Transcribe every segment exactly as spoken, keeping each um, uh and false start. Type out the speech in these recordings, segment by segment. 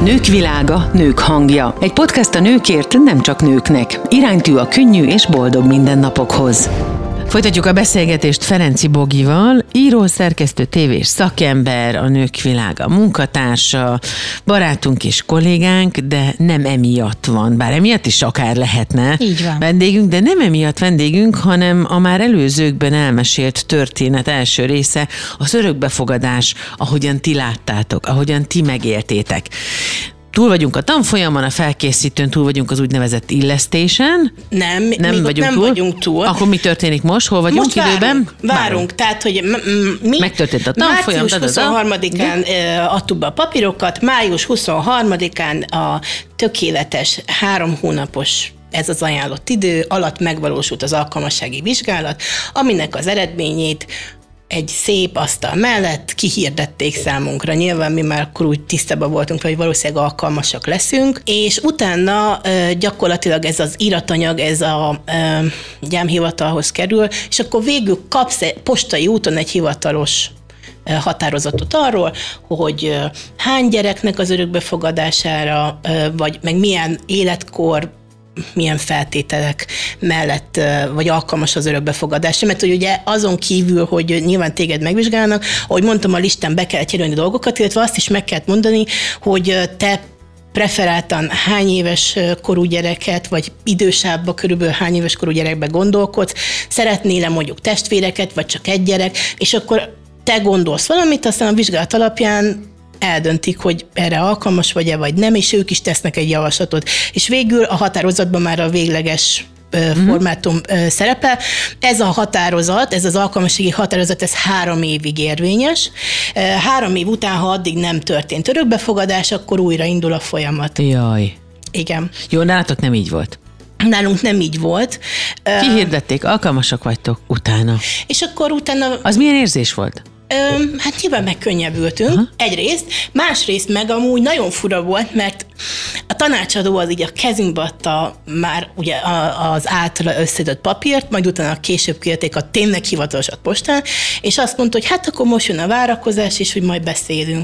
Nők világa, nők hangja. Egy podcast a nőkért, nem csak nőknek. Iránytű a könnyű és boldog mindennapokhoz. Folytatjuk a beszélgetést Ferenczy Bogival, író, szerkesztő, tévés szakember, a Nők világa munkatársa, barátunk és kollégánk, de nem emiatt van, bár emiatt is akár lehetne Így van. vendégünk, de nem emiatt vendégünk, hanem a már előzőkben elmesélt történet első része, az örökbefogadás, ahogyan ti láttátok, ahogyan ti megéltétek. Túl vagyunk a tanfolyamon, a felkészítőn, túl vagyunk az úgynevezett illesztésen. Nem, nem, még vagyunk, nem túl. vagyunk túl. Akkor mi történik most? Hol vagyunk most időben? Várunk, várunk. Tehát, hogy m- m- mi megtörtént a tanfolyam. március huszonharmadikán adtuk be a papírokat, május huszonharmadikán a tökéletes három hónapos ez az ajánlott idő alatt megvalósult az alkalmassági vizsgálat, aminek az eredményét egy szép asztal mellett kihirdették számunkra. Nyilván mi már akkor úgy tisztában voltunk, hogy valószínűleg alkalmasak leszünk, és utána gyakorlatilag ez az iratanyag, ez a gyámhivatalhoz kerül, és akkor végül kapsz postai úton egy hivatalos határozatot arról, hogy hány gyereknek az örökbefogadására, vagy meg milyen életkor, milyen feltételek mellett, vagy alkalmas az örökbefogadásra, mert hogy ugye azon kívül, hogy nyilván téged megvizsgálnak, ahogy mondtam, a listán be kellett jelölni dolgokat, illetve azt is meg kellett mondani, hogy te preferáltan hány éves korú gyereket, vagy idősábbban körülbelül hány éves korú gyerekbe gondolkodsz, szeretnél-e mondjuk testvéreket, vagy csak egy gyerek, és akkor te gondolsz valamit, aztán a vizsgálat alapján eldöntik, hogy erre alkalmas vagy-e, vagy nem, és ők is tesznek egy javaslatot. És végül a határozatban már a végleges uh-huh. formátum uh, szerepel. Ez a határozat, ez az alkalmassági határozat, ez három évig érvényes. Uh, három év után, ha addig nem történt örökbefogadás, akkor újra indul a folyamat. Jaj. Igen. Jó, nálatok nem így volt. Nálunk nem így volt. Kihirdették, alkalmasak vagytok utána. És akkor utána... Az milyen érzés volt? Öm, hát nyilván megkönnyebbültünk, Aha. egyrészt, másrészt meg amúgy nagyon fura volt, mert a tanácsadó az így a kezünkbe adta már ugye az általa összedött papírt, majd utána később kérték a tényleg hivatalosat postán, és azt mondta, hogy hát akkor most jön a várakozás, és hogy majd beszélünk.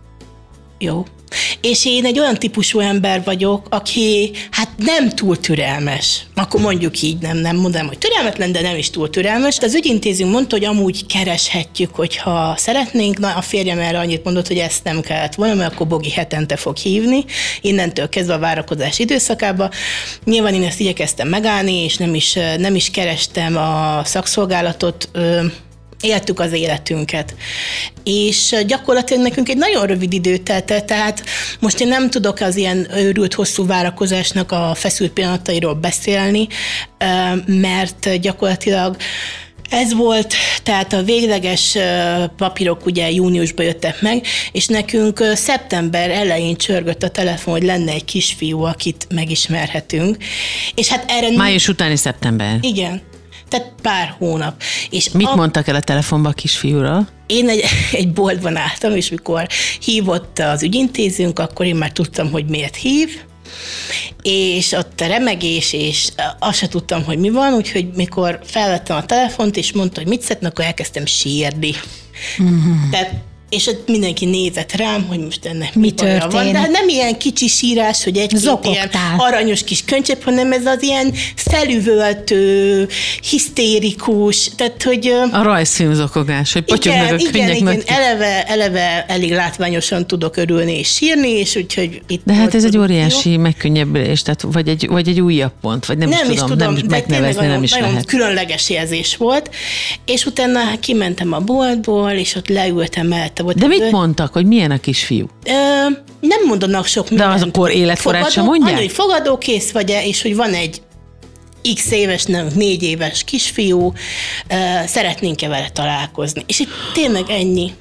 Jó. És én egy olyan típusú ember vagyok, aki hát nem túl türelmes. Akkor mondjuk így, nem, nem mondom, hogy türelmetlen, de nem is túl türelmes. Az ügyintézőnk mondta, hogy amúgy kereshetjük, hogyha szeretnénk. Na, a férjem erre annyit mondott, hogy ezt nem kellett volna, mert akkor Bogi hetente fog hívni, innentől kezdve a várakozás időszakába. Nyilván én ezt igyekeztem megállni, és nem is, nem is kerestem a szakszolgálatot, éltük az életünket. És gyakorlatilag nekünk egy nagyon rövid időt telt el, tehát most én nem tudok az ilyen őrült hosszú várakozásnak a feszült pillanatairól beszélni, mert gyakorlatilag ez volt, tehát a végleges papírok ugye júniusban jöttek meg, és nekünk szeptember elején csörgött a telefon, hogy lenne egy kisfiú, akit megismerhetünk. És hát erre... Május utáni szeptember. Igen. Tehát pár hónap. És mit a... mondtak el a telefonba a kisfiúra? Én egy, egy boltban álltam, és mikor hívott az ügyintézőnk, akkor én már tudtam, hogy miért hív, és ott a remegés, és azt se tudtam, hogy mi van, úgyhogy mikor felvettem a telefont, és mondta, hogy mit szeretne, akkor elkezdtem sírni. Mm-hmm. Tehát és ott mindenki nézett rám, hogy most ennek mi, mi baja van. De nem ilyen kicsi sírás, hogy egy-két ilyen aranyos kis könycsepp, hanem ez az ilyen felüvöltő, hisztérikus, tehát hogy... A rajzfilm zokogás, hogy potyognak a igen, könnyek igen, mögött. igen, eleve, eleve elég látványosan tudok örülni és sírni, és úgyhogy itt... De hát ez egy óriási megkönnyebbülés, tehát vagy egy, vagy egy újabb pont, vagy nem, nem is tudom, tudom nem is megnevezni, nagyon, nem is nagyon lehet. különleges érzés volt, és utána kimentem a boltból, és ott leültem mellett. De mit ő... mondtak, hogy milyen a kisfiú? Ö, nem mondanak sok mindent. De az akkor életkorát sem mondják? Annyi, hogy fogadókész vagy-e, és hogy van egy x éves, nem, négy éves kisfiú, ö, szeretnénk-e vele találkozni. És itt tényleg ennyi.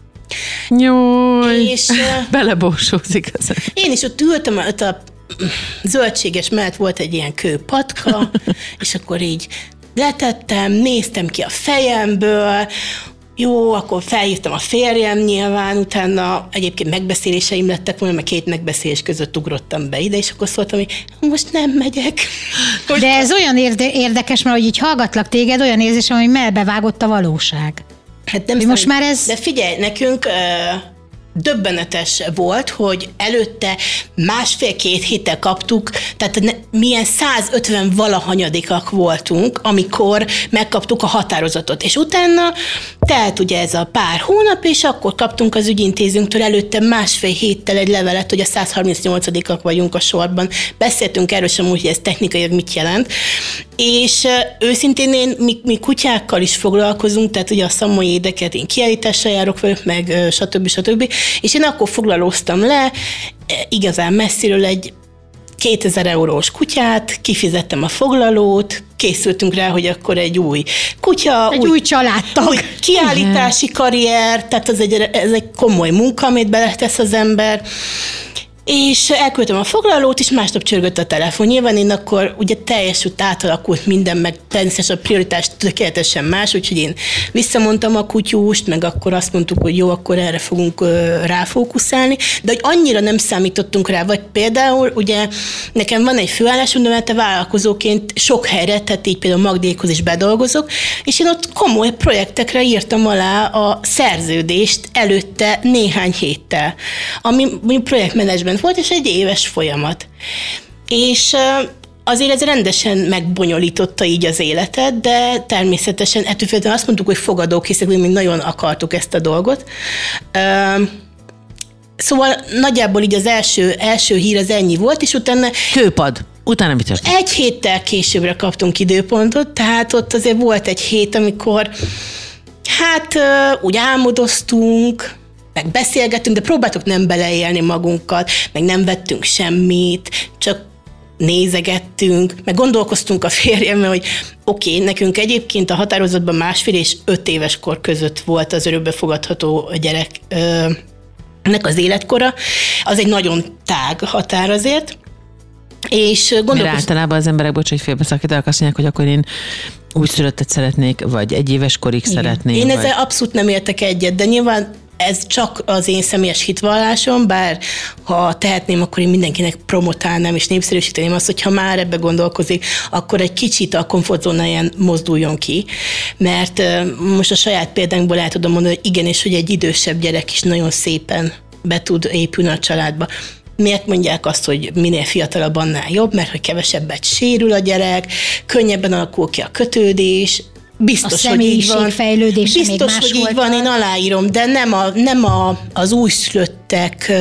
Jaj, és, belebósózik az. Én is ott ültem, ott a zöldséges mellett volt egy ilyen kőpatka, és akkor így letettem, néztem ki a fejemből, jó, akkor felhívtam a férjem nyilván, utána egyébként megbeszéléseim lettek volna, mert két megbeszélés között ugrottam be ide, és akkor szóltam, hogy most nem megyek. Most De ez olyan érde- érdekes, mert hogy így hallgatlak téged, olyan érzésem, hogy mellbevágott a valóság. Hát nem most már ez... De figyelj, nekünk... Uh, döbbenetes volt, hogy előtte másfél-két héttel kaptuk, tehát ne, milyen százötven valahanyadikak voltunk, amikor megkaptuk a határozatot. És utána telt ugye ez a pár hónap, és akkor kaptunk az ügyintézőnktől előtte másfél héttel egy levelet, hogy a százharmincnyolcadikak vagyunk a sorban. Beszéltünk erről sem úgy, hogy ez technikailag mit jelent. És őszintén én, mi, mi kutyákkal is foglalkozunk, tehát ugye a szamoly édeket én kiállításra járok velük, meg stb. stb. És én akkor foglalóztam le igazán messziről egy kétezer eurós kutyát, kifizettem a foglalót, készültünk rá, hogy akkor egy új kutya, egy új, új családtag, új kiállítási karrier, tehát ez egy, ez egy komoly munka, amit beletesz az ember. És elküldtem a foglalót, és másnap csörgött a telefon. Nyilván én akkor ugye teljesült, átalakult minden, meg természetesen a prioritás tökéletesen más, úgyhogy én visszamondtam a kutyust, meg akkor azt mondtuk, hogy jó, akkor erre fogunk ráfókuszálni, de hogy annyira nem számítottunk rá, vagy például ugye nekem van egy főállásom, de mert te vállalkozóként sok helyre, tehát így például Magdékhoz is bedolgozok, és én ott komoly projektekre írtam alá a szerződést előtte néhány héttel, ami projektmenedzsment volt, és egy éves folyamat. És azért ez rendesen megbonyolította így az életet, de természetesen ettől függetlenül azt mondtuk, hogy fogadók, hiszen mi nagyon akartuk ezt a dolgot. Szóval nagyjából így az első, első hír az ennyi volt, és utána... Kőpad. Utána mit történt? Egy héttel későbbre kaptunk időpontot, tehát ott azért volt egy hét, amikor hát úgy álmodoztunk, meg beszélgettünk, de próbáltuk nem beleélni magunkat, meg nem vettünk semmit, csak nézegettünk, meg gondolkoztunk a férjemmel, hogy oké, okay, nekünk egyébként a határozatban másfél és öt éves kor között volt az örökbefogadható gyereknek az életkora. Az egy nagyon tág határ azért. És gondolkoztunk... Mert általában az emberek, bocs, hogy félbeszakítanak, azt mondják, hogy akkor én újszülöttet szeretnék, vagy egy éves korig igen. szeretnék. Én vagy... ezzel abszolút nem értek egyet, de nyilván ez csak az én személyes hitvallásom, bár ha tehetném, akkor én mindenkinek promotálnám és népszerűsíteném azt, hogy ha már ebbe gondolkozik, akkor egy kicsit a komfortzónáján mozduljon ki, mert most a saját példánkból el tudom mondani, hogy igenis, hogy egy idősebb gyerek is nagyon szépen be tud épülni a családba. Miért mondják azt, hogy minél fiatalabb, annál jobb, mert hogy kevesebbet sérül a gyerek, könnyebben alakul ki a kötődés, biztos, a hogy így van. Fejlődése biztos, még hogy így volt van, én aláírom, de nem, a, nem a, az újszülöttek,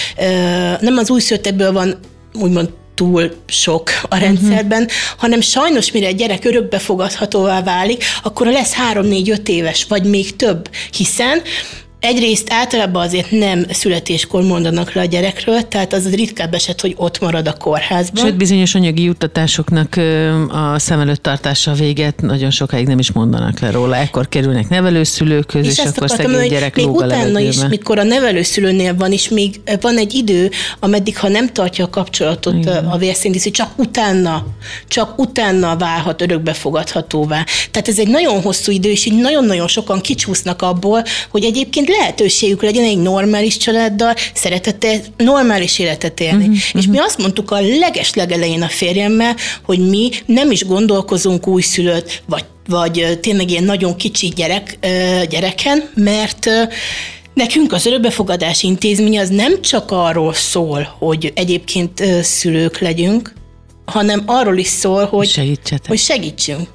nem az újszülöttekből van úgymond túl sok a rendszerben, uh-huh. hanem sajnos, mire egy gyerek örökbefogadhatóvá válik, akkor lesz három-négy-öt éves, vagy még több, hiszen egyrészt általában azért nem születéskor mondanak le a gyerekről, tehát az ritkább eset, hogy ott marad a kórházban. Sőt, bizonyos anyagi juttatásoknak a szem előtt tartása véget nagyon sokáig nem is mondanak le róla. Ekkor kerülnek nevelőszülőkhöz, és, és akkor szegény mondani, gyerek lóg a levegőben. Még utána is, mikor a nevelőszülőnél van, és még van egy idő, ameddig, ha nem tartja a kapcsolatot igen. a vérszintűző, csak utána, csak utána válhat örökbefogadhatóvá. Tehát ez egy nagyon hosszú idő, és így nagyon-nagyon sokan kicsúsznak abból, hogy egyébként lehetőségük legyen egy normális családdal, szeretettel, normális életet élni. Uh-huh, és uh-huh. mi azt mondtuk a leges-legelején a férjemmel, hogy mi nem is gondolkozunk újszülött, vagy, vagy tényleg ilyen nagyon kicsi gyerek, gyereken, mert nekünk az örökbefogadási intézmény az nem csak arról szól, hogy egyébként szülők legyünk, hanem arról is szól, hogy, Segítsetek. hogy segítsünk.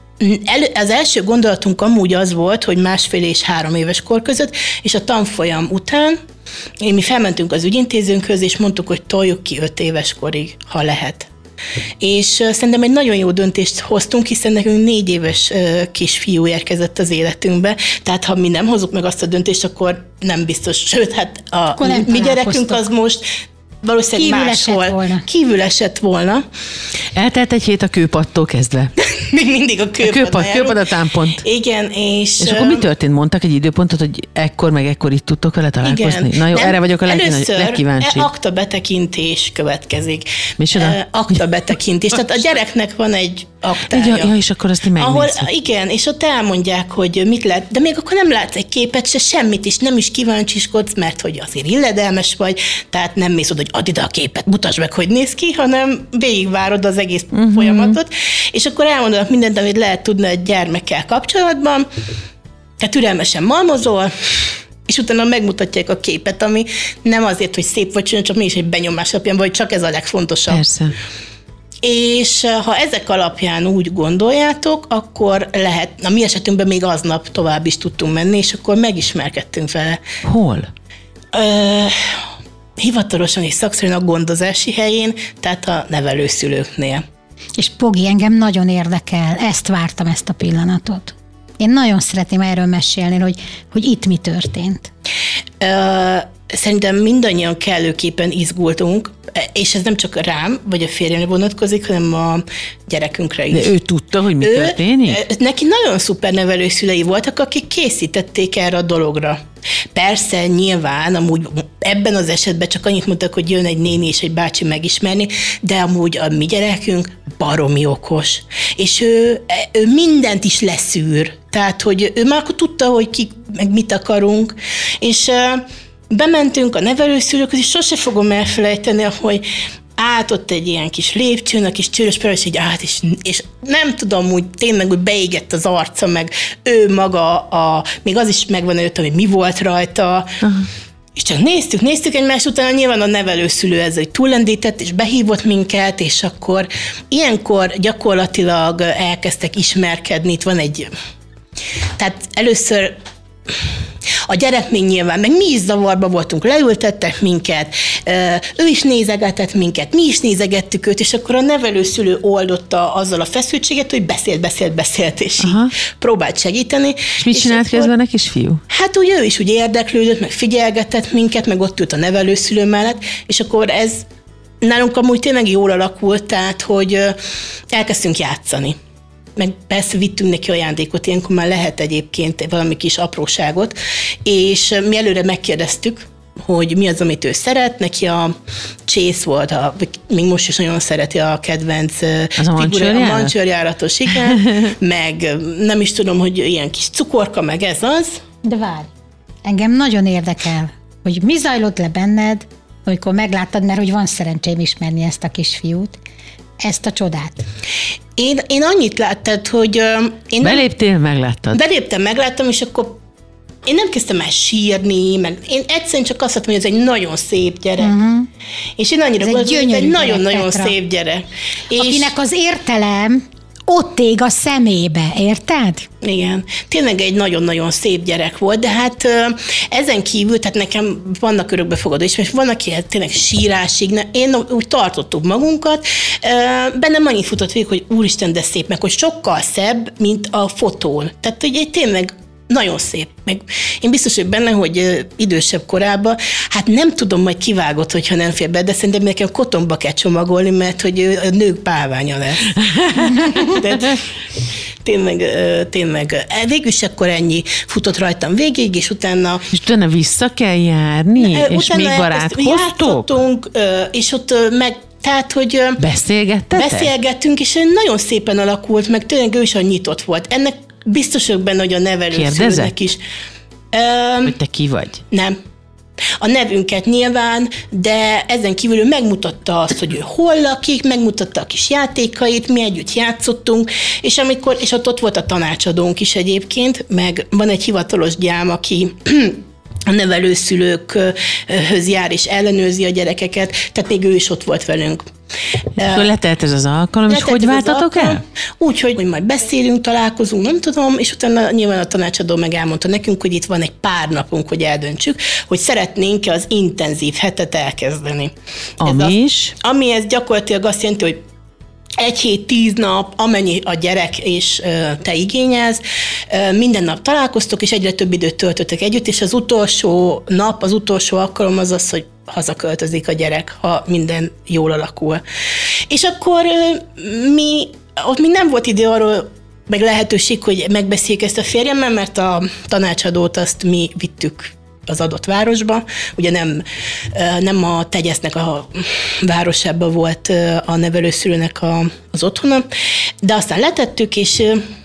Az első gondolatunk amúgy az volt, hogy másfél és három éves kor között, és a tanfolyam után mi felmentünk az ügyintézőnkhöz, és mondtuk, hogy toljuk ki öt éves korig, ha lehet. És szerintem egy nagyon jó döntést hoztunk, hiszen nekünk négy éves kisfiú érkezett az életünkbe, tehát ha mi nem hozzuk meg azt a döntést, akkor nem biztos, sőt, hát a mi gyerekünk az most valószínűleg kívül máshol. Esett volna. Kívül esett volna. Eltelt egy hét a kőpadtól kezdve. Még mindig a kőpad. A kőpad, kőpad a támpont. Igen, és... És akkor mi történt? Mondtak egy időpontot, hogy ekkor meg ekkor itt tudtok vele találkozni? Igen. Na jó, nem, erre vagyok a legkíváncsi. Akta betekintés következik. Micsoda? Akta betekintés. Tehát a gyereknek van egy aktája. Ja, ja, és akkor azt megnézzük. Ahol, igen, és ott elmondják, hogy mit lehet, de még akkor nem látsz egy képet, se semmit is, nem is kíváncsiskodsz, mert hogy azért illedelmes vagy, tehát nem mész oda, hogy add ide a képet, mutasd meg, hogy néz ki, hanem végigvárod az egész uh-huh. folyamatot, és akkor elmondanak mindent, amit lehet tudni egy gyermekkel kapcsolatban, tehát türelmesen malmozol, és utána megmutatják a képet, ami nem azért, hogy szép vagy csúnya, csak mégis egy benyomás alapján, vagy csak ez a legfontosabb. Persze. És ha ezek alapján úgy gondoljátok, akkor lehet, a mi esetünkben még aznap tovább is tudtunk menni, és akkor megismerkedtünk vele. Hol? Ö, hivatalosan és szakszerűen a gondozási helyén, tehát a nevelőszülőknél. És Bogi, engem nagyon érdekel, ezt vártam, ezt a pillanatot. Én nagyon szeretném erről mesélni, hogy, hogy itt mi történt. Ö, Szerintem mindannyian kellőképpen izgultunk, és ez nem csak rám, vagy a férjemre vonatkozik, hanem a gyerekünkre is. De ő tudta, hogy mi ő, történik? Neki nagyon szuper nevelőszülei voltak, akik készítették erre a dologra. Persze, nyilván, amúgy ebben az esetben csak annyit mondtak, hogy jön egy néni és egy bácsi megismerni, de amúgy a mi gyerekünk baromi okos. És ő, ő mindent is leszűr. Tehát, hogy ő már akkor tudta, hogy ki, meg mit akarunk, és bementünk a nevelőszülőkhöz, és sose fogom elfelejteni, hogy át ott egy ilyen kis lépcsőn, a kis csőrös például, és így át, és, és nem tudom, úgy tényleg, hogy beégett az arca, meg ő maga, a, még az is megvan előttem, hogy mi volt rajta, uh-huh. És csak néztük, néztük egymást, utána nyilván a nevelőszülő ezzel, hogy túllendített, és behívott minket, és akkor ilyenkor gyakorlatilag elkezdtek ismerkedni, itt van egy, tehát először a gyerek még nyilván, meg mi is zavarba voltunk, leültettek minket, ő is nézegetett minket, mi is nézegettük őt, és akkor a nevelőszülő oldotta azzal a feszültséget, hogy beszélt, beszélt, beszélt, és így próbált segíteni. És mit csinált közben a kisfiú? Hát úgy ő is úgy érdeklődött, meg figyelgetett minket, meg ott ült a nevelőszülő mellett, és akkor ez nálunk amúgy tényleg jól alakult, tehát, hogy elkezdtünk játszani. Meg persze vittünk neki ajándékot, ilyenkor már lehet egyébként valami kis apróságot, és mi előre megkérdeztük, hogy mi az, amit ő szeret, neki a Chase volt, a, még most is nagyon szereti a kedvenc figurát, a mancsőrjáratos, igen, meg nem is tudom, hogy ilyen kis cukorka, meg ez az. De várj, engem nagyon érdekel, hogy mi zajlott le benned, amikor megláttad, mert hogy van szerencsém ismerni ezt a kisfiút, ezt a csodát. Én, én annyit láttad, hogy... Uh, én Beléptél, nem, megláttad? Beléptem, megláttam, és akkor én nem kezdtem el sírni, meg én egyszerűen csak azt mondtam, hogy ez egy nagyon szép gyerek. Uh-huh. És én annyira gondolom, hogy ez egy nagyon-nagyon szép gyerek. Akinek és... az értelem ott ég a szemébe, érted? Igen. Tényleg egy nagyon-nagyon szép gyerek volt, de hát ezen kívül, tehát nekem vannak örökbefogadó is, és vannak ilyen tényleg sírásig, én úgy tartottuk magunkat, bennem annyit futott végig, hogy úristen, de szép, meg hogy sokkal szebb, mint a fotón. Tehát, hogy egy tényleg nagyon szép. Meg én biztos vagyok benne, hogy idősebb korában, hát nem tudom, majd kivágott, hogyha nem fér be, de szerintem nekem kotonba kell csomagolni, mert hogy a nők bálványa lesz. De tényleg, tényleg. Végül is akkor ennyi futott rajtam végig, és utána... És utána vissza kell járni, e, és még barátkoztok? Játszottunk, és ott meg tehát, hogy beszélgettetek? Beszélgettünk, és nagyon szépen alakult, meg tényleg ő is a nyitott volt. Ennek biztos vagyok benne, hogy a nevelőszülőnek is. Um, hogy te ki vagy? Nem. A nevünket nyilván, de ezen kívül ő megmutatta azt, hogy ő hol lakik, megmutatta a kis játékait, mi együtt játszottunk, és amikor, és ott, ott volt a tanácsadónk is egyébként, meg van egy hivatalos gyám, aki a nevelőszülőkhöz jár és ellenőrzi a gyerekeket, tehát még ő is ott volt velünk. Akkor letelt ez az alkalom, és hogy váltatok el? Úgy, hogy majd beszélünk, találkozunk, nem tudom, és utána nyilván a tanácsadó meg elmondta nekünk, hogy itt van egy pár napunk, hogy eldöntsük, hogy szeretnénk az intenzív hetet elkezdeni. Ami ez is? Az, ami ez gyakorlatilag azt jelenti, hogy egy hét, tíz nap, amennyi a gyerek és te igényelsz, minden nap találkoztok, és egyre több időt töltöttek együtt, és az utolsó nap, az utolsó alkalom az az, hogy hazaköltözik a gyerek, ha minden jól alakul. És akkor mi, ott még nem volt idő arról, meg lehetőség, hogy megbeszéljük ezt a férjemmel, mert a tanácsadót azt mi vittük az adott városba. Ugye nem, nem a Tegyesznek a városában volt a nevelőszülőnek a, az otthona, de aztán letettük, és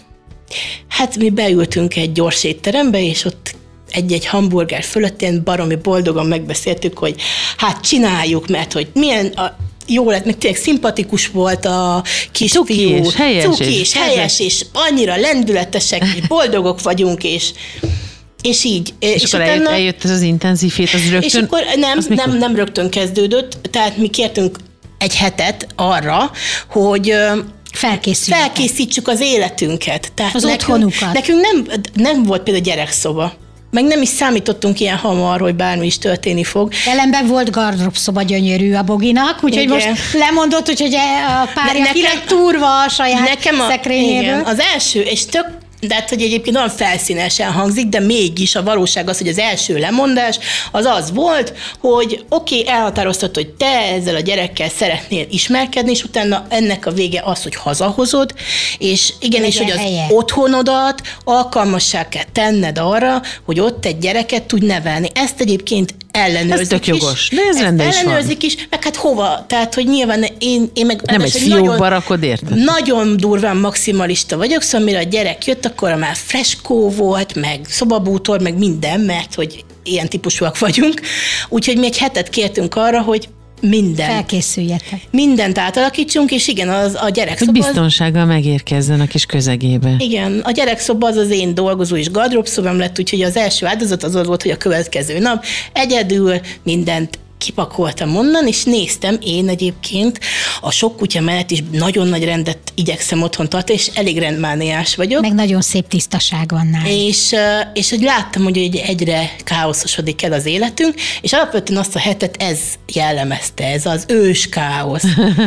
hát mi beültünk egy gyors étterembe, és ott egy-egy hamburger fölött ilyen baromi boldogan megbeszéltük, hogy hát csináljuk, mert hogy milyen a, jó lett, meg tényleg szimpatikus volt a kisfiú. Cuki és helyes. Cuki és helyes, és annyira lendületesek, és boldogok vagyunk, és És így. És, és akkor utána, eljött, eljött ez az intenzív hét, az rögtön? És akkor nem, nem, nem rögtön kezdődött, tehát mi kértünk egy hetet arra, hogy felkészítsük az életünket. Tehát az nekünk, otthonukat. Nekünk nem, nem volt például gyerekszoba. Meg nem is számítottunk ilyen hamar, hogy bármi is történni fog. Ellenben volt gardróbszoba gyönyörű a Boginak, úgyhogy most lemondott, hogy a párja ne, nekem, turva a saját nekem a, szekrényéből. Igen, az első, és tök de hát, hogy egyébként olyan felszínesen hangzik, de mégis a valóság az, hogy az első lemondás az az volt, hogy oké, okay, elhatároztad, hogy te ezzel a gyerekkel szeretnél ismerkedni, és utána ennek a vége az, hogy hazahozod, és igenis, hogy az helye. Otthonodat alkalmassá kell tenned arra, hogy ott egy gyereket tudj nevelni. Ezt egyébként ellenőrzik ez tök jogos. De ez rendben is ellenőrzik is, meg hát hova? Tehát, hogy nyilván én, én meg... Nem egy fiókba rakod, érted? Nagyon durván maximalista vagyok, szóval mire a gyerek jött, akkor már freskó volt, meg szobabútor, meg minden, mert hogy ilyen típusúak vagyunk. Úgyhogy mi egy hetet kértünk arra, hogy minden. Felkészüljetek. Mindent átalakítsunk, és igen, az, a gyerekszoba... Hogy biztonsággal megérkezzen a kis közegébe. Igen, a gyerekszoba az az én dolgozó és gardróbszobám lett, úgyhogy az első áldozat az az volt, hogy a következő nap egyedül mindent kipakoltam onnan, és néztem én egyébként a sok kutya mellett is nagyon nagy rendet igyekszem otthon tartani, és elég rendmániás vagyok. Meg nagyon szép tisztaság van nála. És, és hogy láttam, hogy egyre káoszosodik el az életünk, és alapvetően azt a hetet ez jellemezte, ez az ős káosz.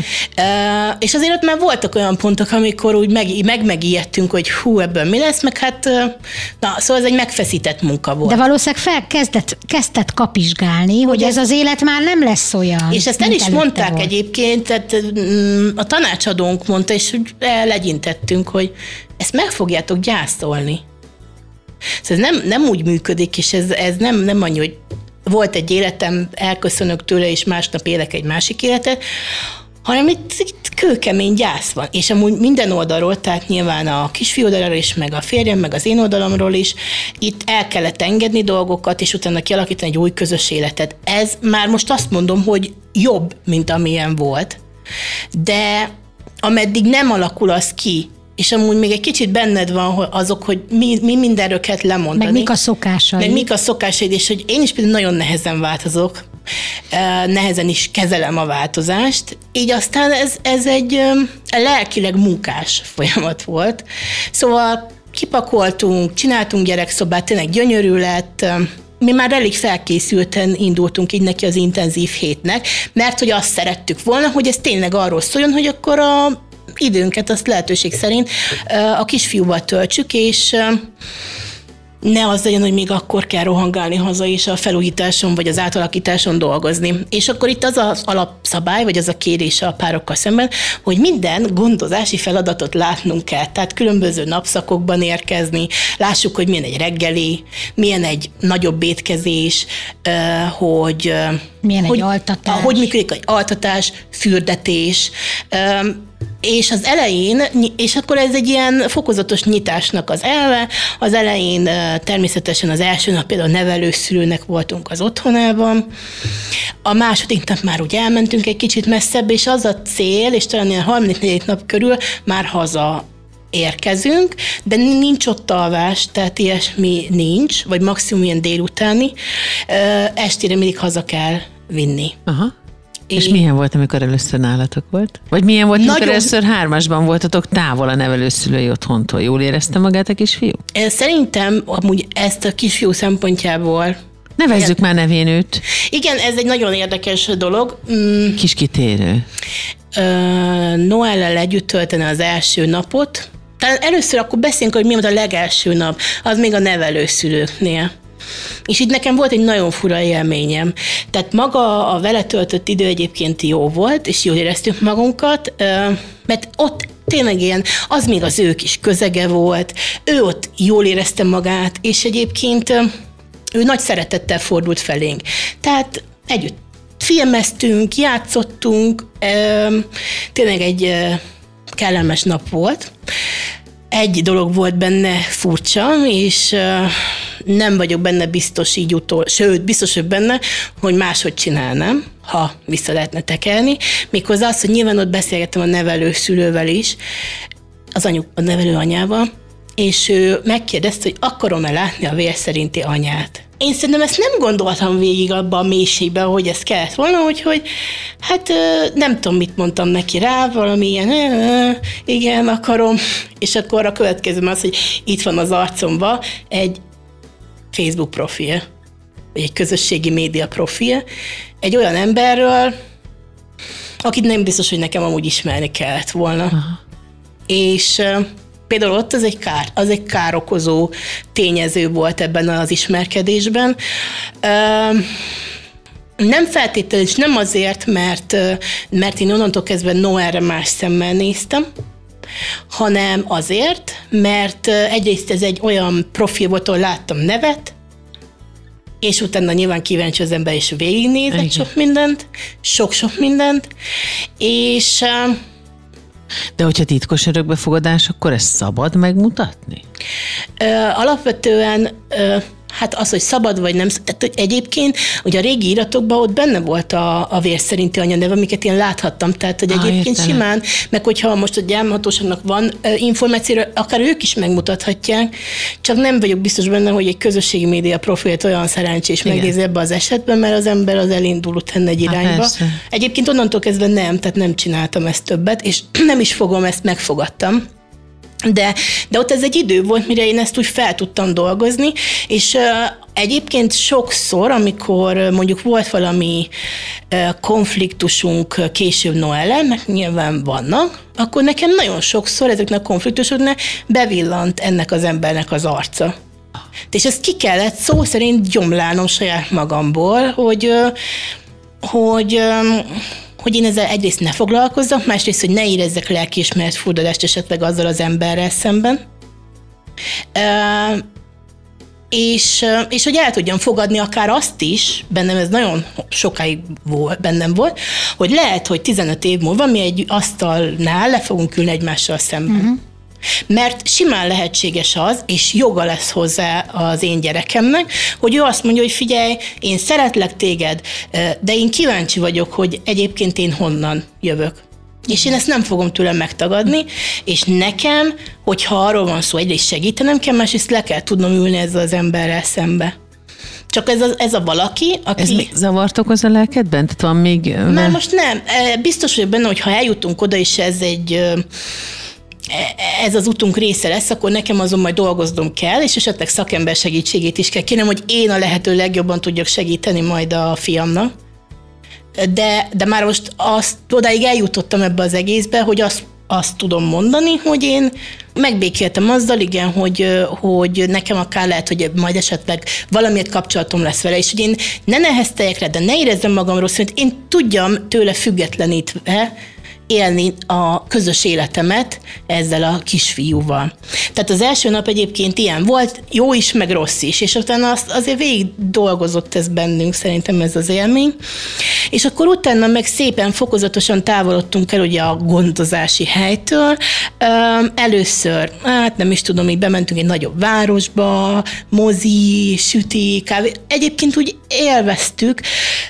És azért ott már voltak olyan pontok, amikor úgy meg, meg megijedtünk, hogy hú, ebből mi lesz, meg hát, na, szóval ez egy megfeszített munka volt. De valószínűleg felkezdett, kezdett kapizsgálni, hogy ez az élet már nem lesz olyan. És ezt el is mondták volt. Egyébként, tehát a tanácsadónk mondta, és legyintettünk, hogy ezt meg fogjátok gyászolni. Szóval ez nem, nem úgy működik, és ez, ez nem, nem annyi, hogy volt egy életem, elköszönök tőle, és másnap élek egy másik életet, hanem itt, itt kőkemény gyász van. És amúgy minden oldalról, tehát nyilván a kisfiú oldalról is, meg a férjem, meg az én oldalamról is, itt el kellett engedni dolgokat, és utána kialakítani egy új közös életet. Ez már most azt mondom, hogy jobb, mint amilyen volt. De ameddig nem alakul az ki, és amúgy még egy kicsit benned van azok, hogy mi, mi mindenről kell lemondani. Meg mik a szokásaid. Meg mik a szokásaid, és hogy én is például nagyon nehezen változok, nehezen is kezelem a változást, így aztán ez, ez egy lelkileg munkás folyamat volt. Szóval kipakoltunk, csináltunk gyerekszobát, tényleg gyönyörű lett, mi már elég felkészülten indultunk így neki az intenzív hétnek, mert hogy azt szerettük volna, hogy ez tényleg arról szóljon, hogy akkor a időnket azt lehetőség szerint a kisfiúval töltsük, és ne az legyen, hogy még akkor kell rohangálni haza és a felújításon vagy az átalakításon dolgozni. És akkor itt az az alapszabály, vagy az a kérés a párokkal szemben, hogy minden gondozási feladatot látnunk kell. Tehát különböző napszakokban érkezni, lássuk, hogy milyen egy reggeli, milyen egy nagyobb étkezés, hogy... Milyen hogy, egy altatás. Hogy működik egy altatás, fürdetés, és az elején, és akkor ez egy ilyen fokozatos nyitásnak az elve, az elején természetesen az első nap például nevelőszülőnek voltunk az otthonában, a második nap már úgy elmentünk egy kicsit messzebb, és az a cél, és talán ilyen harmadik-negyedik nap körül már haza érkezünk, de nincs ott alvás, tehát ilyesmi nincs, vagy maximum ilyen délutáni, estére mindig haza kell vinni. Aha. És Én... milyen volt, amikor először nálatok volt? Vagy milyen volt, amikor Nagyon... először hármasban voltatok távol a nevelőszülői otthontól? Jól érezte magát a kisfiú? Szerintem amúgy ezt a kisfiú szempontjából... Nevezzük igen. már nevén őt. Igen, ez egy nagyon érdekes dolog. Mm. Kis kitérő. Noellel együtt tölteni az első napot. Tehát először akkor beszéljünk, hogy mi volt a legelső nap. Az még a nevelőszülőknél. És itt nekem volt egy nagyon fura élményem. Tehát maga a vele töltött idő egyébként jó volt, és jól éreztük magunkat, mert ott tényleg ilyen, az még az ő kis közege volt, ő ott jól érezte magát, és egyébként ő nagy szeretettel fordult felénk. Tehát együtt filmeztünk, játszottunk, tényleg egy kellemes nap volt. Egy dolog volt benne furcsa, és nem vagyok benne biztos így utol, sőt, biztos vagyok benne, hogy máshogy csinálnám, ha vissza lehetne tekerni. Méghozzá az, hogy nyilván ott beszélgettem a nevelőszülővel is, az anyuk, a nevelő anyával, és ő megkérdezte, hogy akarom-e látni a vér szerinti anyát. Én szerintem ezt nem gondoltam végig abban a mélységben, hogy ez kellett volna, úgyhogy hát nem tudom, mit mondtam neki rá, valami ilyen, igen, akarom, és akkor a következő az, hogy itt van az arcomba egy Facebook profil, vagy egy közösségi média profil, egy olyan emberről, akit nem biztos, hogy nekem amúgy ismerni kellett volna. Aha. És például ott az egy kár, az egy károkozó tényező volt ebben az ismerkedésben. Nem feltétlenül, és nem azért, mert, mert én onnantól kezdve Noelre más szemmel néztem, hanem azért, mert egyrészt ez egy olyan profil volt, ahol láttam nevet, és utána nyilván kíváncsi az ember, és végignézett Igen. sok mindent, sok-sok mindent, és... De hogyha titkos örökbefogadás, akkor ezt szabad megmutatni? Ö, alapvetően ö, hát az, hogy szabad vagy nem, tehát egyébként ugye a régi iratokban ott benne volt a, a vér szerinti anyaneve, amiket én láthattam, tehát hogy ah, egyébként értelem. Simán, meg hogyha most a gyámhatóságnak van információra, akár ők is megmutathatják, csak nem vagyok biztos benne, hogy egy közösségi média profilt olyan szerencsés megnézi ebbe az esetben, mert az ember az elindul utána egy irányba. Há, egyébként onnantól kezdve nem, tehát nem csináltam ezt többet, és nem is fogom, ezt megfogadtam. De, de ott ez egy idő volt, mire én ezt úgy fel tudtam dolgozni, és uh, egyébként sokszor, amikor mondjuk volt valami uh, konfliktusunk később Noellen, meg nyilván vannak, akkor nekem nagyon sokszor ezeknek a konfliktusoknak bevillant ennek az embernek az arca. És ezt ki kellett szó szerint gyomlálnom saját magamból, hogy, uh, hogy um, hogy én ezzel egyrészt ne foglalkozzak, másrészt, hogy ne érezzek lelkiismeret furdalást esetleg azzal az emberrel szemben. Uh, és, és hogy el tudjam fogadni akár azt is, bennem ez nagyon sokáig volt, bennem volt, hogy lehet, hogy tizenöt év múlva mi egy asztalnál le fogunk ülni egymással szemben. Uh-huh. Mert simán lehetséges az, és joga lesz hozzá az én gyerekemnek, hogy ő azt mondja, hogy figyelj, én szeretlek téged, de én kíváncsi vagyok, hogy egyébként én honnan jövök. És én ezt nem fogom tőlem megtagadni, és nekem, hogyha arról van szó, egyrészt segítenem kell, másrészt le kell tudnom ülni ezzel az emberrel szembe. Csak ez a, ez a valaki, aki... Ez még zavart okoz a lelkedben? Tehát van még... Már most nem. Biztos vagyok benne, hogy ha eljutunk oda, és ez egy... ez az utunk része lesz, akkor nekem azon majd dolgoznom kell, és esetleg szakember segítségét is kell kérnem, hogy én a lehető legjobban tudjak segíteni majd a fiamnak. De, de már most azt, odáig eljutottam ebbe az egészbe, hogy azt, azt tudom mondani, hogy én megbékéltem azzal, igen, hogy, hogy nekem akár lehet, hogy majd esetleg valamiért kapcsolatom lesz vele, és hogy én ne nehezteljek rá, de ne érezzem magam rosszul, hogy én tudjam tőle függetlenítve élni a közös életemet ezzel a kisfiúval. Tehát az első nap egyébként ilyen volt, jó is, meg rossz is, és utána azt azért végig dolgozott ez bennünk, szerintem ez az élmény. És akkor utána meg szépen fokozatosan távolodtunk el ugye a gondozási helytől. Először, hát nem is tudom, így bementünk egy nagyobb városba, mozi, süti, kávé. Egyébként úgy élveztük.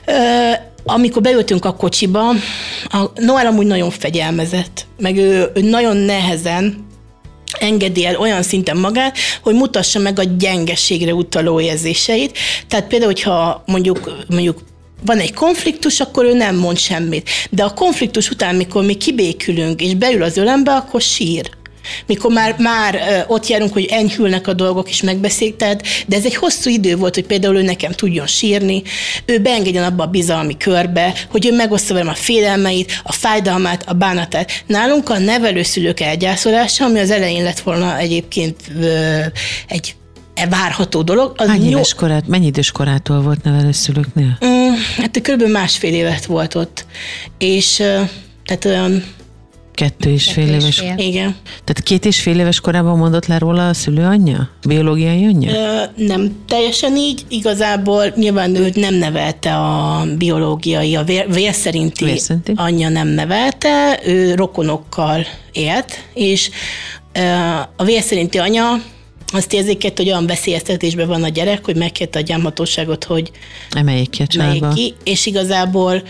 Amikor beültünk a kocsiba, a Noel amúgy nagyon fegyelmezett, meg ő, ő nagyon nehezen engedi el olyan szinten magát, hogy mutassa meg a gyengeségre utaló érzéseit. Tehát például, hogyha mondjuk, mondjuk van egy konfliktus, akkor ő nem mond semmit. De a konfliktus után, mikor mi kibékülünk, és beül az ölembe, akkor sír. Mikor már, már ott járunk, hogy enyhülnek a dolgok, és megbeszéljük, tehát, de ez egy hosszú idő volt, hogy például ő nekem tudjon sírni, ő beengedjen abba a bizalmi körbe, hogy ő megoszta velem a félelmeit, a fájdalmát, a bánatát. Nálunk a nevelőszülők elgyászolása, ami az elején lett volna egyébként ö, egy várható dolog. Az Hány éves korát, mennyi idős korától volt nevelőszülőknél? Mm, hát kb. másfél évet volt ott, és ö, tehát olyan Kettő és fél éves. Fél. Igen. Tehát két és fél éves korában mondott le róla a szülőanyja? Biológiai anyja? Ö, nem teljesen így. Igazából nyilván ő nem nevelte a biológiai, a vér, vér szerinti Vérszerinti. anyja nem nevelte, ő rokonokkal élt, és ö, a vér szerinti anya azt érzékelt, hogy olyan veszélyeztetésben van a gyerek, hogy megkérte a gyámhatóságot, hogy emeljék ki a családba. Ki, és igazából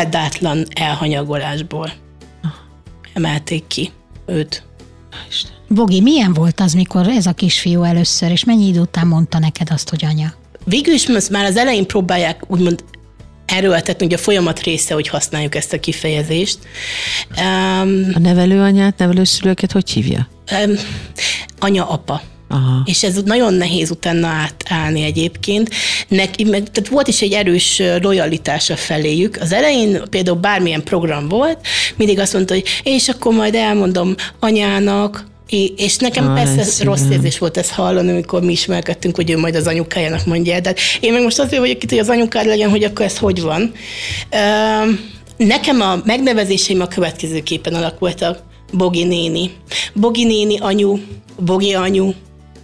példátlan elhanyagolásból emelték ki őt. Isten. Bogi, milyen volt az, mikor ez a kisfiú először, és mennyi idő után mondta neked azt, hogy anya? Végül is már az elején próbálják úgymond erőltetni, hogy a folyamat része, hogy használjuk ezt a kifejezést. Um, a nevelőanyát, nevelőszülőket hogy hívja? Um, anya, apa. Aha. És ez nagyon nehéz utána átállni egyébként. Neki, meg, tehát volt is egy erős lojalitása feléjük. Az elején például bármilyen program volt, mindig azt mondta, hogy és akkor majd elmondom anyának, és nekem ah, persze rossz érzés volt ezt hallani, amikor mi ismerkedtünk, hogy ő majd az anyukájának mondja el. De én meg most azért vagyok itt, hogy az anyukád legyen, hogy akkor ez hogy van. Nekem a megnevezéseim a következőképpen alakultak. Bogi néni. Bogi néni anyu, Bogi anyu,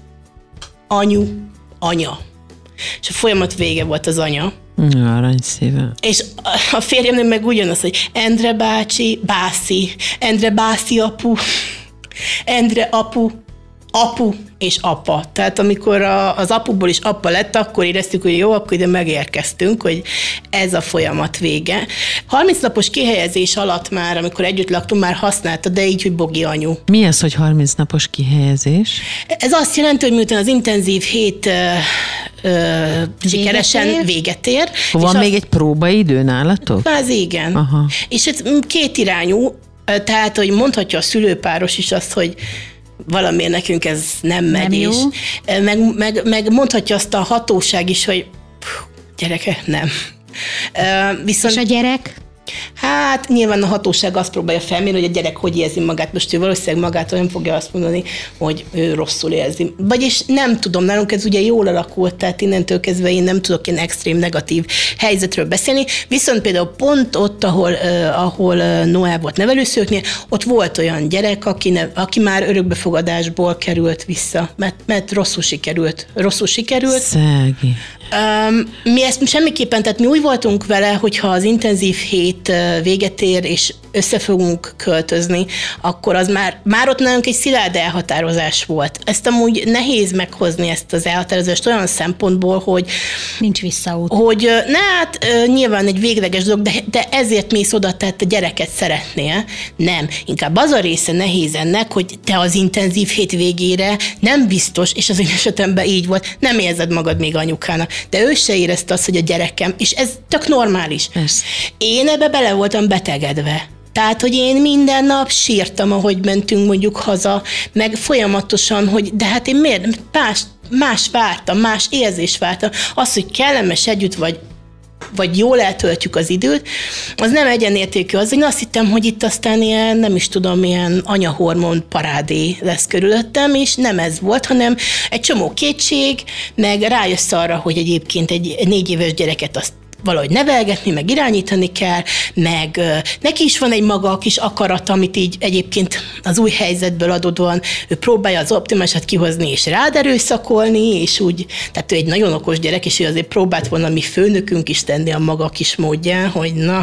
anyu, anya. És a folyamat vége volt az anya. Arany szíve. És a férjemnek meg ugyanaz, hogy Endre bácsi, bászi, Endre bászi apu, Endre apu, apu és apa. Tehát amikor a, az apuból is apa lett, akkor éreztük, hogy jó, akkor ide megérkeztünk, hogy ez a folyamat vége. harminc napos kihelyezés alatt már, amikor együtt laktunk, már használta, de így, hogy Bogi anyu. Mi az, hogy harminc napos kihelyezés? Ez azt jelenti, hogy miután az intenzív hét ö, ö, sikeresen véget ér. Van még az... egy próbaidő nálatok? Az igen. Aha. És ez két irányú, tehát, hogy mondhatja a szülőpáros is azt, hogy valamiért nekünk ez nem megy, nem és meg, meg, meg mondhatja azt a hatóság is, hogy gyerekek, nem. Viszont, és a gyerek? Hát nyilván a hatóság azt próbálja felmérni, hogy a gyerek hogy érzi magát. Most ő valószínűleg magától nem fogja azt mondani, hogy ő rosszul érzi. Vagyis nem tudom, nálunk ez ugye jól alakult, tehát innentől kezdve én nem tudok ilyen extrém negatív helyzetről beszélni. Viszont például pont ott, ahol, uh, ahol uh, Noel volt nevelőszülőknél, ott volt olyan gyerek, aki, ne, aki már örökbefogadásból került vissza, mert, mert rosszul sikerült. Rosszul sikerült. Szegi. Um, mi ezt semmiképpen, tehát mi úgy voltunk vele, hogyha az intenzív hét véget ér, és össze fogunk költözni, akkor az már, már ott nálunk egy szilárd elhatározás volt. Ezt amúgy nehéz meghozni, ezt az elhatározást olyan szempontból, hogy nincs visszaút. Hogy ne, hát nyilván egy végleges dolog, de, de ezért mész oda, tehát a gyereket szeretnél. Nem. Inkább az a része nehéz ennek, hogy te az intenzív hét végére nem biztos, és az én esetemben így volt, nem érzed magad még anyukának. De ő se érezte azt, hogy a gyerekem, és ez tök normális. Ez. Én ebbe bele voltam betegedve. Tehát, hogy én minden nap sírtam, ahogy mentünk mondjuk haza, meg folyamatosan, hogy de hát én miért? Más, más vártam, más érzés vártam. Az, hogy kellemes együtt vagy, vagy jól eltöltjük az időt, az nem egyenértékű. Az, én azt hittem, hogy itt aztán ilyen, nem is tudom, ilyen anyahormon parádé lesz körülöttem, és nem ez volt, hanem egy csomó kétség, meg rájössz arra, hogy egyébként egy négy éves gyereket azt valahogy nevelgetni, meg irányítani kell, meg uh, neki is van egy maga kis akarat, amit így egyébként az új helyzetből adódóan ő próbálja az optimálisat kihozni, és rád erőszakolni, és úgy, tehát ő egy nagyon okos gyerek, és ő azért próbált volna mi főnökünk is tenni a maga kis módján, hogy na,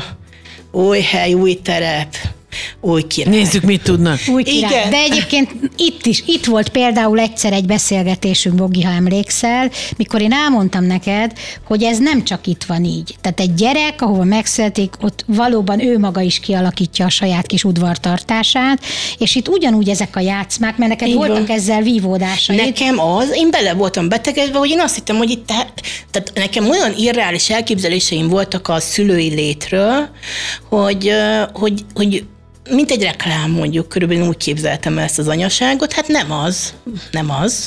új hely, új terep, új király. Nézzük, mit tudnak. Új király. Igen. De egyébként itt is, itt volt például egyszer egy beszélgetésünk, Bogi, ha emlékszel, mikor én elmondtam neked, hogy ez nem csak itt van így. Tehát egy gyerek, ahova megszületik, ott valóban ő maga is kialakítja a saját kis udvartartását, és itt ugyanúgy ezek a játszmák, mert neked így voltak van. Ezzel vívódásaid. Nekem az, én bele voltam betegedve, hogy én azt hittem, hogy itt, tehát nekem olyan irreális elképzeléseim voltak a szülői létről, hogy, hogy, hogy mint egy reklám, mondjuk, körülbelül úgy képzeltem el ezt az anyaságot, hát nem az, nem az.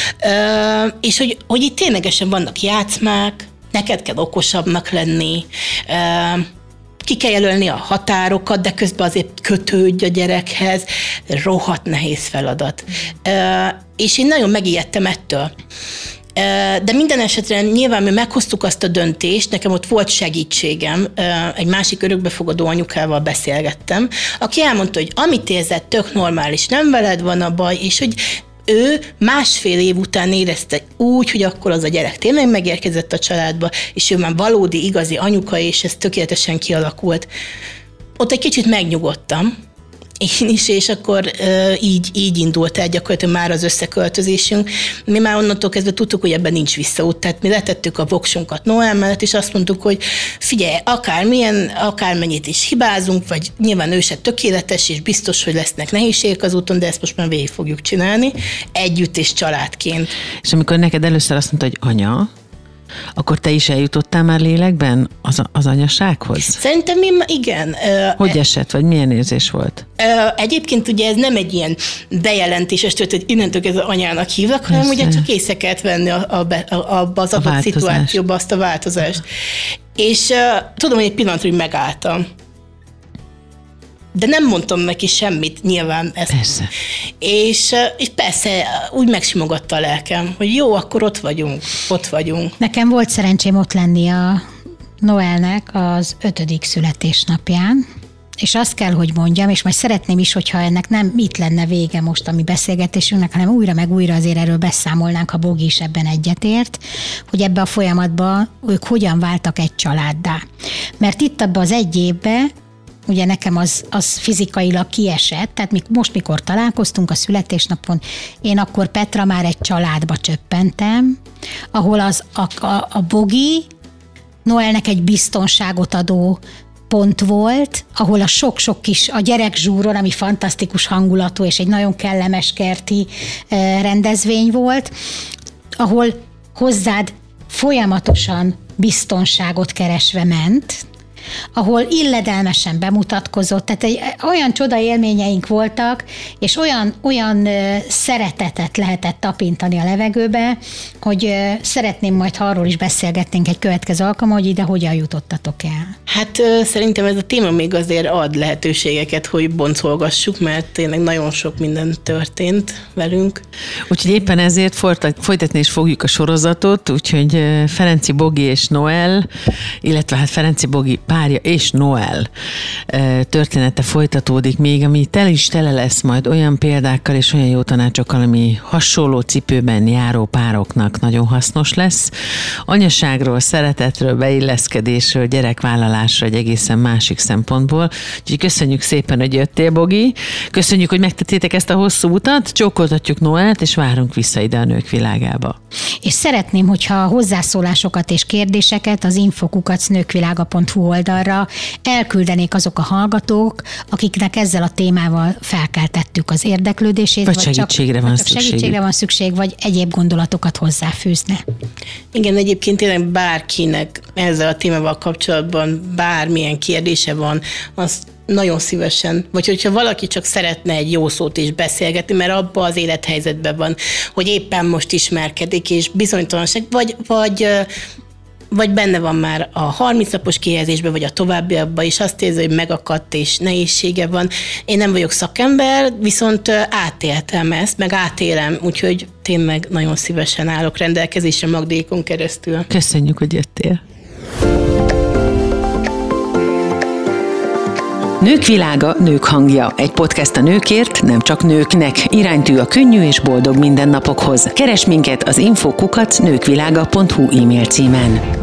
Ö, és hogy, hogy itt ténylegesen vannak játszmák, neked kell okosabbnak lenni, ö, ki kell jelölni a határokat, de közben azért kötődj a gyerekhez, rohadt nehéz feladat. Ö, és én nagyon megijedtem ettől. De minden esetre nyilván mi meghoztuk azt a döntést, nekem ott volt segítségem, egy másik örökbefogadó anyukával beszélgettem, aki elmondta, hogy amit érzett, tök normális, nem veled van a baj, és hogy ő másfél év után érezte úgy, hogy akkor az a gyerek tényleg megérkezett a családba, és ő már valódi, igazi anyuka, és ez tökéletesen kialakult. Ott egy kicsit megnyugodtam, Én is, és akkor uh, így, így indult el gyakorlatilag már az összeköltözésünk. Mi már onnantól kezdve tudtuk, hogy ebben nincs visszaút, tehát mi letettük a voksunkat Noel mellett, és azt mondtuk, hogy figyelj, akármilyen, akármennyit is hibázunk, vagy nyilván ő se tökéletes, és biztos, hogy lesznek nehézségek az úton, de ezt most már végig fogjuk csinálni, együtt és családként. És amikor neked először azt mondta, hogy anya, akkor te is eljutottál már lélekben az, az anyasághoz? Szerintem én igen. Hogy esett, vagy milyen érzés volt? Egyébként ugye ez nem egy ilyen bejelentéses történet, hogy innentől ez az anyának hívnak, hanem ugye csak észre kellett venni a, a, a, az adott szituációba azt a változást. És uh, tudom, hogy egy pillanatra, hogy megálltam. De nem mondtam neki semmit, nyilván ezt. Persze. És, és persze úgy megsimogatta a lelkem, hogy jó, akkor ott vagyunk, ott vagyunk. Nekem volt szerencsém ott lenni a Noelnek az ötödik születésnapján, és azt kell, hogy mondjam, és majd szeretném is, hogyha ennek nem itt lenne vége most a mi beszélgetésünknek, hanem újra meg újra azért erről beszámolnánk, ha Bogi is ebben egyetért, hogy ebbe a folyamatban ők hogyan váltak egy családdá. Mert itt abban az egy évben ugye nekem az, az fizikailag kiesett, tehát most, mikor találkoztunk a születésnapon, én akkor Petra már egy családba csöppentem, ahol az a, a, a Bogi Noelnek egy biztonságot adó pont volt, ahol a sok-sok kis, a gyerekzsúron, ami fantasztikus hangulatú, és egy nagyon kellemes kerti rendezvény volt, ahol hozzád folyamatosan biztonságot keresve ment, ahol illedelmesen bemutatkozott, tehát egy, olyan csoda élményeink voltak, és olyan, olyan szeretetet lehetett tapintani a levegőbe, hogy szeretném majd, ha arról is beszélgetnénk egy következő alkalommal, hogy ide hogyan jutottatok el. Hát szerintem ez a téma még azért ad lehetőségeket, hogy boncolgassuk, mert tényleg nagyon sok minden történt velünk. Úgyhogy éppen ezért folytatni is fogjuk a sorozatot, úgyhogy Ferenci Bogi és Noel, illetve hát Ferenci Bogi párja és Noel története folytatódik még, ami tel is tele lesz majd olyan példákkal és olyan jó tanácsokkal, ami hasonló cipőben járó pároknak nagyon hasznos lesz. Anyaságról, szeretetről, beilleszkedésről, gyerekvállalásról egy egészen másik szempontból. Úgyhogy köszönjük szépen, hogy jöttél, Bogi. Köszönjük, hogy megtettétek ezt a hosszú utat, csókoltatjuk Noelt, és várunk vissza ide a Nők Világába. És szeretném, hogyha a hozzászólásokat és kérdéseket az info kukac nőkvilága pont hu oldalra elküldenék azok a hallgatók, akiknek ezzel a témával felkeltettük az érdeklődését. Vagy, vagy segítségre csak, van vagy szükség. segítségre van szükség, vagy egyéb gondolatokat hozzáfűzne. Igen, egyébként tényleg bárkinek ezzel a témával kapcsolatban bármilyen kérdése van, azt nagyon szívesen, vagy hogyha valaki csak szeretne egy jó szót is beszélgetni, mert abban az élethelyzetben van, hogy éppen most ismerkedik, és bizonytalanság, vagy, vagy vagy benne van már a harminc napos kihelyezésben, vagy a továbbiakban is azt érzi, hogy megakadt és nehézsége van. Én nem vagyok szakember, viszont átéltem ezt, meg átélem, úgyhogy tényleg nagyon szívesen állok rendelkezésre Magdékon keresztül. Köszönjük, hogy jöttél. Nők világa, nők hangja. Egy podcast a nőkért, nem csak nőknek. Iránytű a könnyű és boldog mindennapokhoz. Keresd minket az info kukac nőkvilága pont hu e-mail címen.